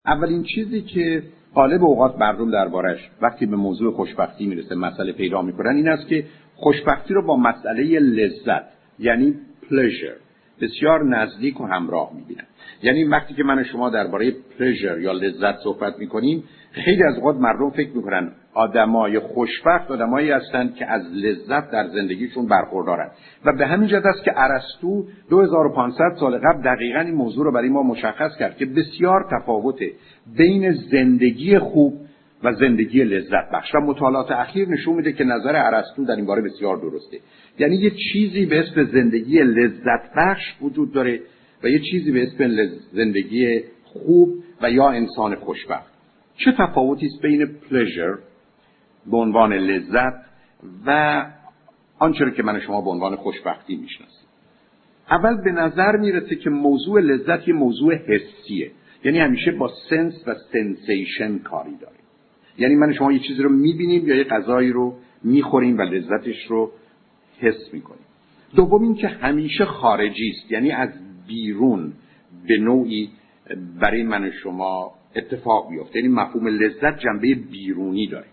اولین چیزی که غالب اوقات مردم دربارش وقتی به موضوع خوشبختی میرسه مسئله پیدا میکنن این است که خوشبختی رو با مسئله لذت یعنی pleasure بسیار نزدیک و همراه میبینن. یعنی وقتی که من و شما درباره pleasure یا لذت صحبت میکنیم خیلی از اوقات مردم فکر میکنن آدمای خوشبخت آدمایی هستند که از لذت در زندگیشون برخوردارند و به همین جهت است که ارسطو 2500 سال قبل دقیقاً این موضوع رو برای ما مشخص کرد که بسیار تفاوته بین زندگی خوب و زندگی لذت بخش و مطالعات اخیر نشون میده که نظر ارسطو در این باره بسیار درسته. یعنی یه چیزی به اسم زندگی لذت بخش وجود داره و یه چیزی به اسم زندگی خوب و یا انسان خوشبخت. چه تفاوتی است بین pleasure به عنوان لذت و آنچه که من شما به عنوان خوشبختی میشناسیم؟ اول به نظر میرسه که موضوع لذت یه موضوع حسیه، یعنی همیشه با سنس و سنسیشن کاری داره. یعنی من شما یه چیزی رو میبینیم یا یه غذایی رو میخوریم و لذتش رو حس میکنیم. دوم این که همیشه خارجی است، یعنی از بیرون به نوعی برای من و شما اتفاق بیفته، یعنی مفهوم لذت جنبه بیرونی داره.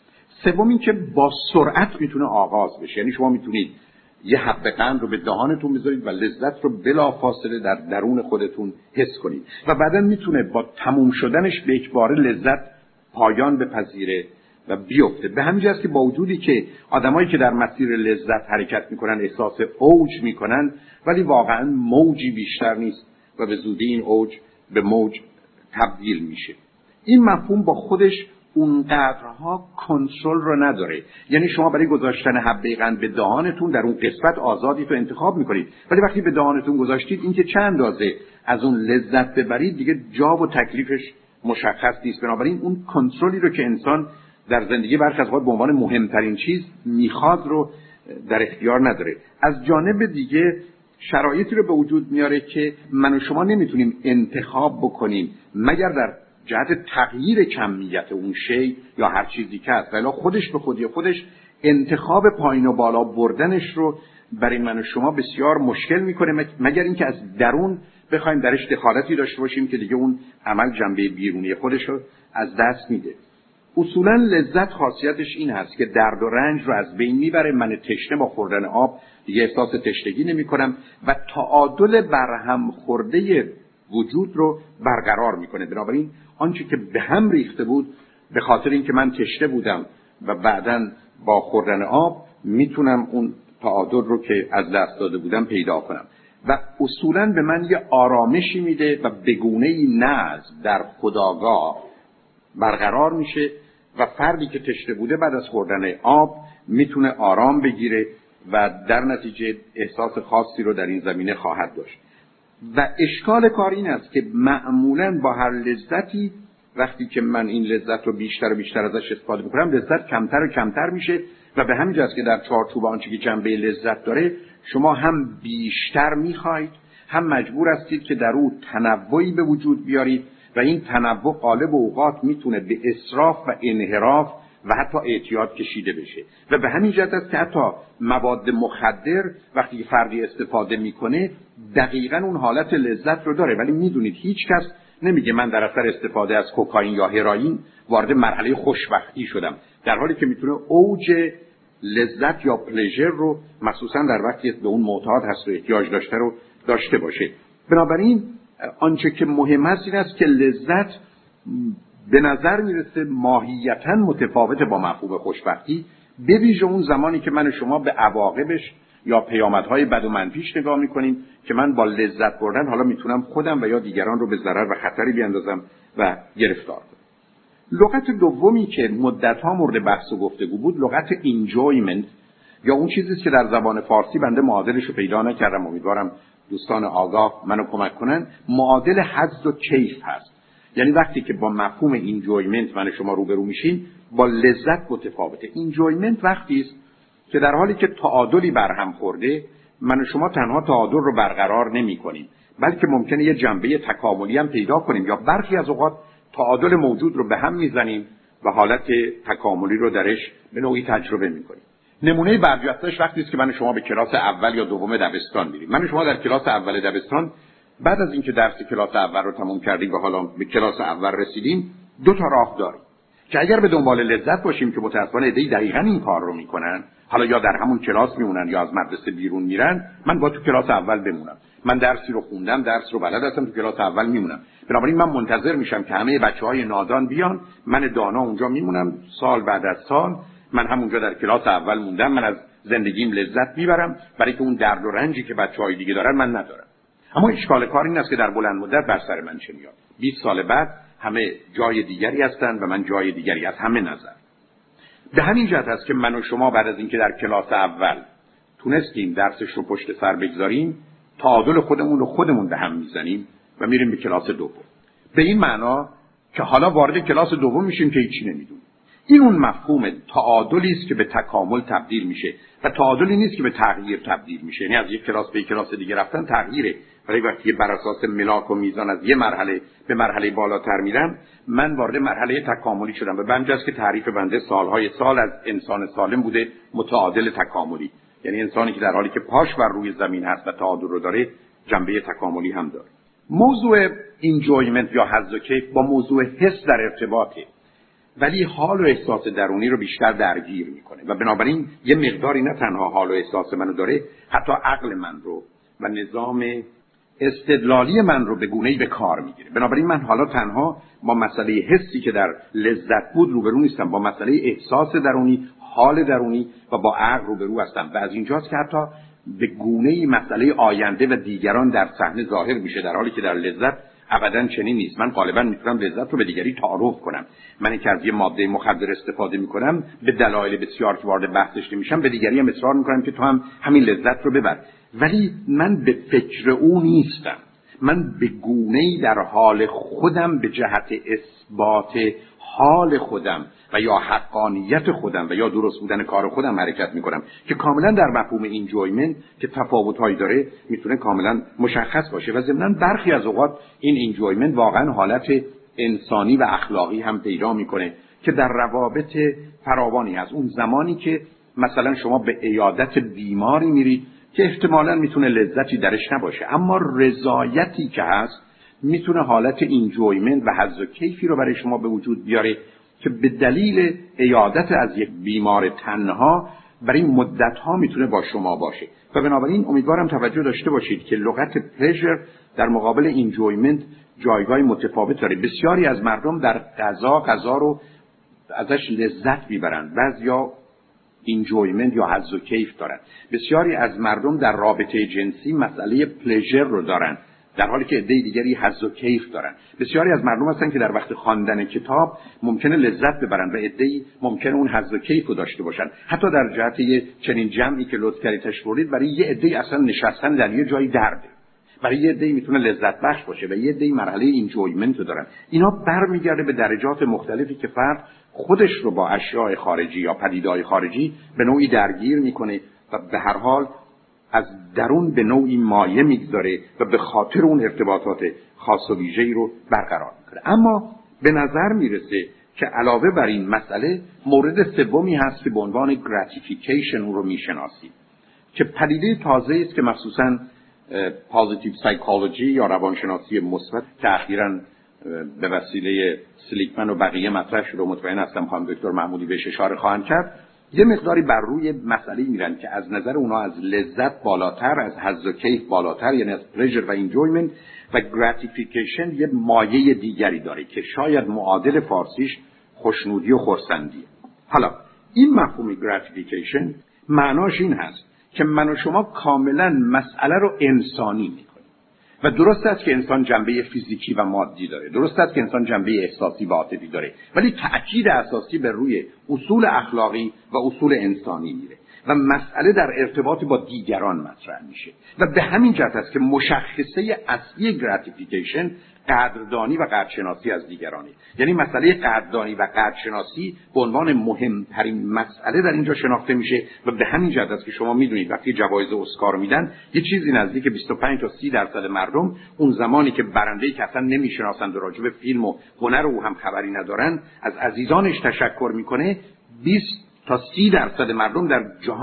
سوم این که با سرعت میتونه آغاز بشه، یعنی شما میتونید یه حبه قند رو به دهانتون بذارید و لذت رو بلافاصله در درون خودتون حس کنید و بعداً میتونه با تموم شدنش به یکباره لذت پایان بپذیره و بیفته. به همین جهت که با وجودی که آدمایی که در مسیر لذت حرکت میکنن احساس اوج میکنن ولی واقعاً موجی بیشتر نیست و به زودی این اوج به موج تبدیل میشه. این مفهوم با خودش اونقدرها کنترل رو نداره، یعنی شما برای گذاشتن حبه قند به دهانتون در اون قسمت آزادی تو انتخاب میکنید، ولی وقتی به دهانتون گذاشتید اینکه چند اندازه از اون لذت ببرید دیگه جا و تکلیفش مشخص نیست. بنابراین اون کنترلی رو که انسان در زندگی برخی از اوقات به عنوان مهمترین چیز میخواد رو در اختیار نداره. از جانب دیگه شرایطی رو به وجود میاره که من و شما نمیتونیم انتخاب بکنیم مگر در جهت تغییر کمیت اون شی یا هر چیزی که هست، ولی خودش به خودی خودش انتخاب پایین و بالا بردنش رو برای من و شما بسیار مشکل میکنه مگر اینکه از درون بخوایم درش دخالتی داشته باشیم که دیگه اون عمل جنبه بیرونی خودش رو از دست میده. اصولا لذت خاصیتش این هست که درد و رنج رو از بین میبره. من تشنه با خوردن آب دیگه احساس تشنگی نمی کنم و تعادل برهم خورده وجود رو برقرار میکنه. بنابراین آنچه که به هم ریخته بود به خاطر اینکه من تشنه بودم و بعداً با خوردن آب میتونم اون تعادل رو که از دست داده بودم پیدا کنم و اصولاً به من یه آرامشی میده و بگونه‌ای نظم در خودآگاه برقرار میشه و فردی که تشنه بوده بعد از خوردن آب میتونه آرام بگیره و در نتیجه احساس خاصی رو در این زمینه خواهد داشت. و اشکال کار این است که معمولاً با هر لذتی وقتی که من این لذت رو بیشتر و بیشتر ازش استفاده میکنم لذت کمتر و کمتر میشه و به همین جهت که در چارچوب آنچه که جنبه لذت داره شما هم بیشتر میخواید هم مجبور هستید که در او تنوعی به وجود بیارید و این تنوع غالب اوقات میتونه به اسراف و انحراف و حتی اعتیاد کشیده بشه و به همین جهت است که حتی مواد مخدر وقتی فردی استفاده میکنه دقیقاً اون حالت لذت رو داره، ولی میدونید هیچ کس نمیگه من در اثر استفاده از کوکائین یا هروئین وارد مرحله خوشبختی شدم، در حالی که میتونه اوج لذت یا پلژر رو مخصوصاً در وقتی به اون معتاد هست و احتیاج داشته رو داشته باشه. بنابراین آنچه که مهم است این است که لذت به نظر میرسه ماهیتاً متفاوته با مفهوم خوشبختی، به ویژه اون زمانی که من و شما به عواقبش یا پیامدهای بد و منفیش نگاه میکنیم که من با لذت بردن حالا میتونم خودم و یا دیگران رو به ضرر و خطری بیاندازم و گرفتار کنم. لغت دومی که مدت‌ها مورد بحث و گفتگو بود لغت enjoyment یا اون چیزی است که در زبان فارسی بنده معادلش رو پیدا نکردم، امیدوارم دوستان آگاه منو کمک کنن. معادل حظ و کیف هست، یعنی وقتی که با مفهوم enjoyment من شما روبرو میشین با لذت متفاوته. enjoyment وقتی است که در حالی که تعادلی برهم خورده من و شما تنها تعادل رو برقرار نمی کنیم بلکه ممکنه یه جنبه تکاملی هم پیدا کنیم یا برخی از اوقات تعادل موجود رو به هم میزنیم و حالت تکاملی رو درش به نوعی تجربه میکنیم. نمونه برجسته‌اش وقتی است که من شما به کلاس اول یا دوم دبستان میریم. من شما در کلاس اول دبستان بعد از اینکه درس کلاس اول رو تموم کردیم و حالا به کلاس اول رسیدیم، 2 تا راه داریم که اگر به دنبال لذت باشیم که متأسفانه عده‌ای دقیقاً این کار رو میکنن، حالا یا در همون کلاس میمونن یا از مدرسه بیرون میرن، من با تو کلاس اول بمونم، من درسی رو خوندم، درس رو بلد هستم، تو کلاس اول میمونم. بنابراین من منتظر میشم که همه بچه‌های نادان بیان، من دانا اونجا میمونم سال بعد از سال، من همونجا در کلاس اول موندم، من از زندگیم لذت میبرم، برای که اون درد و رنجی که بچه‌های دیگه دارن من ندارم. اما اشکال کار این است که در بلند مدت بر سر من چه میاد. 20 سال بعد همه جای دیگری هستند و من جای دیگری از همه نظر. به همین جهت است که من و شما بعد از اینکه در کلاس اول تونستیم درسش رو پشت سر بگذاریم، تعادل خودمون رو خودمون به هم میزنیم و میریم به کلاس دوم. به این معنا که حالا وارد کلاس دوم میشیم که هیچی نمیدونیم. این اون مفهوم تعادلی است که به تکامل تبدیل میشه و تعادلی نیست که به تغییر تبدیل میشه. یعنی از یک کلاس به یک کلاس دیگه رفتن تغییره. ولی وقتی بر اساس ملاک و میزان از یه مرحله به مرحله بالاتر میرم، من وارد مرحله تکاملی شدم و به همین جاست که تعریف بنده سالهای سال از انسان سالم بوده متعادل تکاملی. یعنی انسانی که در حالی که پاش بر روی زمین هست و تعادل رو داره، جنبه تکاملی هم داره. موضوع انجویمنت یا حظ و کیف با موضوع حس در ارتباطه، ولی حال و احساس درونی رو بیشتر درگیر میکنه و بنابراین یه مقداری نه تنها حال و احساس منو داره، حتی عقل من رو و نظام استدلالی من رو به گونه‌ای به کار میگیره. بنابراین من حالا تنها با مسئله حسی که در لذت بود روبرو نیستم، با مسئله احساس درونی، حال درونی و با عقل روبرو هستم و از اینجاست که حتی به گونه‌ای مسئله آینده و دیگران در صحنه ظاهر میشه، در حالی که در لذت ابداً چنین نیست. من غالباً میتونم لذت رو به دیگری تعارف کنم. من که از یه ماده مخدر استفاده میکنم، به دلایل بسیار که وارد بحثش نمیشم، به دیگری هم اصرار میکنم که تو هم همین لذت رو ببر. ولی من به فکر او نیستم. من به گونه‌ای در حال خودم به جهت اثبات حال خودم و یا حقانیت خودم و یا درست بودن کار خودم حرکت میکنم که کاملا در مفهوم انجویمنت که تفاوت‌هایی داره میتونه کاملا مشخص باشه و ضمناً برخی از اوقات این انجویمنت واقعا حالت انسانی و اخلاقی هم پیدا میکنه که در روابط فراوانی هست. اون زمانی که مثلا شما به عیادت بیماری میرید که احتمالاً میتونه لذتی درش نباشه، اما رضایتی که هست میتونه حالت انجویمنت و حظ و کیفی رو برای شما به وجود بیاره که به دلیل عیادت از یک بیمار تنها برای مدت‌ها میتونه با شما باشه. و بنابراین امیدوارم توجه داشته باشید که لغت پلژر در مقابل انجویمنت جایگاه متفاوت داره. بسیاری از مردم در غذا رو ازش لذت میبرند، بعضیا انجویمنت یا حظ و کیف دارن. بسیاری از مردم در رابطه جنسی مسئله پلژر رو دارن، در حالی که عده دیگری حظ و کیف دارن. بسیاری از مردم هستن که در وقت خواندن کتاب ممکنه لذت ببرن و عده‌ای ممکنه اون حظ و کیف رو داشته باشن. حتی در جهت یه چنین جمعی که لطف کردید تشورید، برای یه عده‌ای اصلا نشستن در یه جای درده، برای یه عده‌ای میتونه لذت بخش باشه و یه عده‌ای مرحله انجویمنت رو دارن. اینا برمیگرده به درجات مختلفی که فرد خودش رو با اشیاء خارجی یا پدیده‌های خارجی به نوعی درگیر میکنه و به هر حال از درون به نوعی مایه میگذاره و به خاطر اون ارتباطات خاص و ویژه‌ای رو برقرار میکنه. اما به نظر میرسه که علاوه بر این مسئله مورد سومی هست که به عنوان gratification رو میشناسیم، که پدیده تازه است که مخصوصاً پوزیتیو سایکولوژی یا روانشناسی مثبت که اخیراً به وسیله سلیکمن و بقیه مطرح شده و مطمئن هستم خانم دکتر محمودی بهش اشاره خواهند کرد، یه مقداری بر روی مسئله میرن که از نظر اونا از لذت بالاتر، از حظ و کیف بالاتر، یعنی از پلژر و انجویمنت و گراتیفیکیشن یه مایه دیگری داره که شاید معادل فارسیش خوشنودی و خرسندیه. حالا این مفهوم گراتیفیکیشن معناش این هست که من و شما کاملا مسئله رو انسانی میکنیم و درست است که انسان جنبه فیزیکی و مادی داره، درست است که انسان جنبه احساسی و عاطفی داره، ولی تأکید اساسی بر روی اصول اخلاقی و اصول انسانی میره و مسئله در ارتباط با دیگران مطرح میشه و به همین جهت است که مشخصه اصلی گراتیفیکیشن قدردانی و قدرشناسی از دیگرانه. یعنی مسئله قدردانی و قدرشناسی به عنوان مهمترین مسئله در اینجا شناخته میشه و به همین جهت است که شما میدونید وقتی جوایز اسکار میدن یه چیزی نزدیک 25 تا 30% مردم اون زمانی که برنده‌ای که اصلا نمیشناسند و راجع به فیلم و هنر او هم خبری ندارن از عزیزانش تشکر میکنه، 20 تا 30% مردم در جهان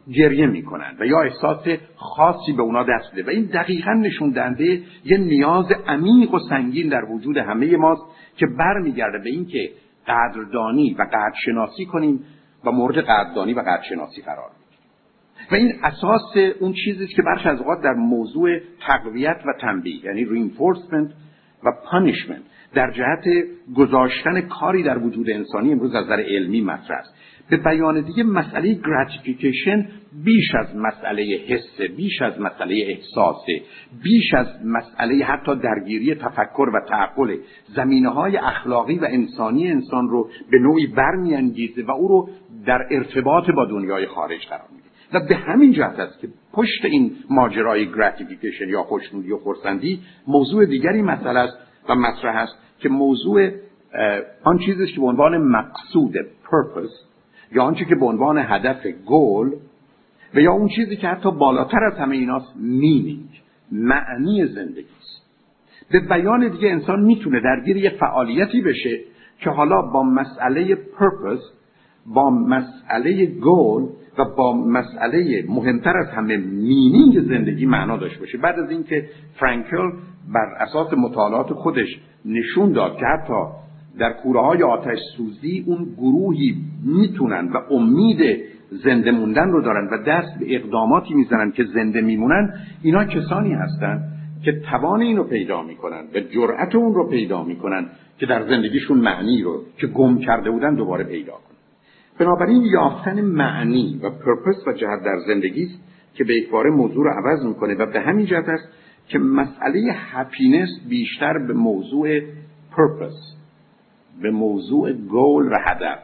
گریه میکنن و یا احساس خاصی به اونا دست میده و این دقیقاً نشون دهنده یه نیاز عمیق و سنگین در وجود همه ماست که برمیگرده به این که قدردانی و قدرشناسی کنیم و مورد قدردانی و قدرشناسی قرار بدیم. و این اساس اون چیزی است که برخی از اوقات در موضوع تقویت و تنبیه، یعنی reinforcement و punishment، در جهت گذاشتن کاری در وجود انسانی امروز از نظر علمی مطرح است. به بیان دیگه مسئله gratification بیش از مسئله حسه، بیش از مسئله احساسه، بیش از مسئله حتی درگیری تفکر و تعقل، زمینه‌های اخلاقی و انسانی انسان رو به نوعی برمی‌انگیزه و او رو در ارتباط با دنیای خارج قرار میده. و به همین جهت است که پشت این ماجرای gratification یا خوشنودی و خرسندی موضوع دیگری مسئله است و مطرح است که موضوع آن چیزی است که به عنوان مقصود purpose یا آنچه که به عنوان هدف goal و یا اون چیزی که حتی بالاتر از همه ایناست meaning، معنی زندگی است. به بیان دیگه انسان میتونه درگیر یه فعالیتی بشه که حالا با مسئله purpose، با مسئله goal و با مسئله مهمتر از همه مینینگ زندگی معنا داشته باشه. بعد از اینکه فرانکل بر اساس مطالعات خودش نشون داد که حتی در کوره‌های آتش سوزی اون گروهی میتونن و امید زنده موندن رو دارن و دست به اقداماتی میزنن که زنده میمونن، اینا کسانی هستن که توان اینو پیدا میکنن و جرأت اون رو پیدا میکنن که در زندگیشون معنی رو که گم کرده بودن دوباره پیدا کنن. بنابراین یافتن معنی و پرپس و جهت در زندگی است که به یکباره موضوع رو عوض میکنه و به همین جهت است که مسئله هپینس بیشتر به موضوع پرپس، به موضوع گول و هدف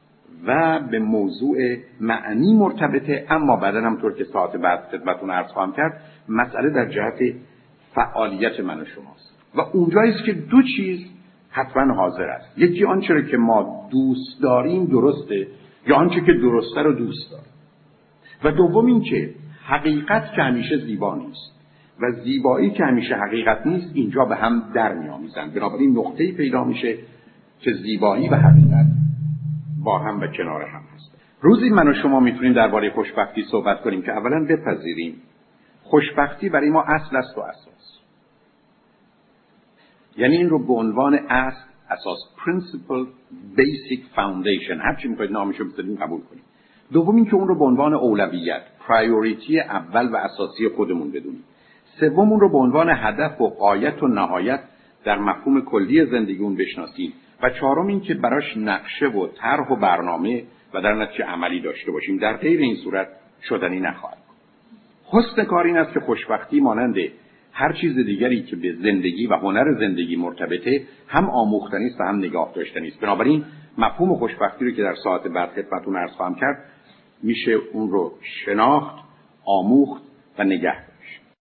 و به موضوع معنی مرتبطه. اما بعدا همطور که ساعت بعد خدمتتون عرض خواهم کرد مسئله در جهت فعالیت من و شماست و اونجایی است که دو چیز حتما حاضر است. یکی آنچه که ما دوست داریم درسته یا آنچه که درسته رو دوست داریم و دوم این که حقیقت که همیشه زیبا نیست و زیبایی که همیشه حقیقت نیست اینجا به هم در می‌آمیزند. بنابراین نقطه‌ای پیدا میشه که زیبایی و حقیقت با هم و کنار هم هست. روزی من و شما میتونیم درباره خوشبختی صحبت کنیم که اولا بپذیریم خوشبختی برای ما اصل است و اساس، یعنی این رو به عنوان اصل، اساس، principle، basic foundation، هر چی میخواید نامشو بذاریم قبول کنیم. دوم این که اون رو به عنوان اولویت، پرایوریتی اول و اساسی خودمون بدونیم. سوم اون رو به عنوان هدف و غایت و نهایت در مفهوم کلی زندگیمون بشناسیم و چهارم این که براش نقشه و طرح و برنامه و در نتیجه عملی داشته باشیم. در غیر این صورت شدنی نخواهد. حسن کار این است که خوشبختی مانند هر چیز دیگری که به زندگی و هنر زندگی مرتبطه هم آموختنی است و هم نگاه داشتنی است. بنابراین مفهوم خوشبختی رو که در ساعت بعد خدمتتون عرض خواهم کرد میشه اون رو شناخت، آموخت و نگه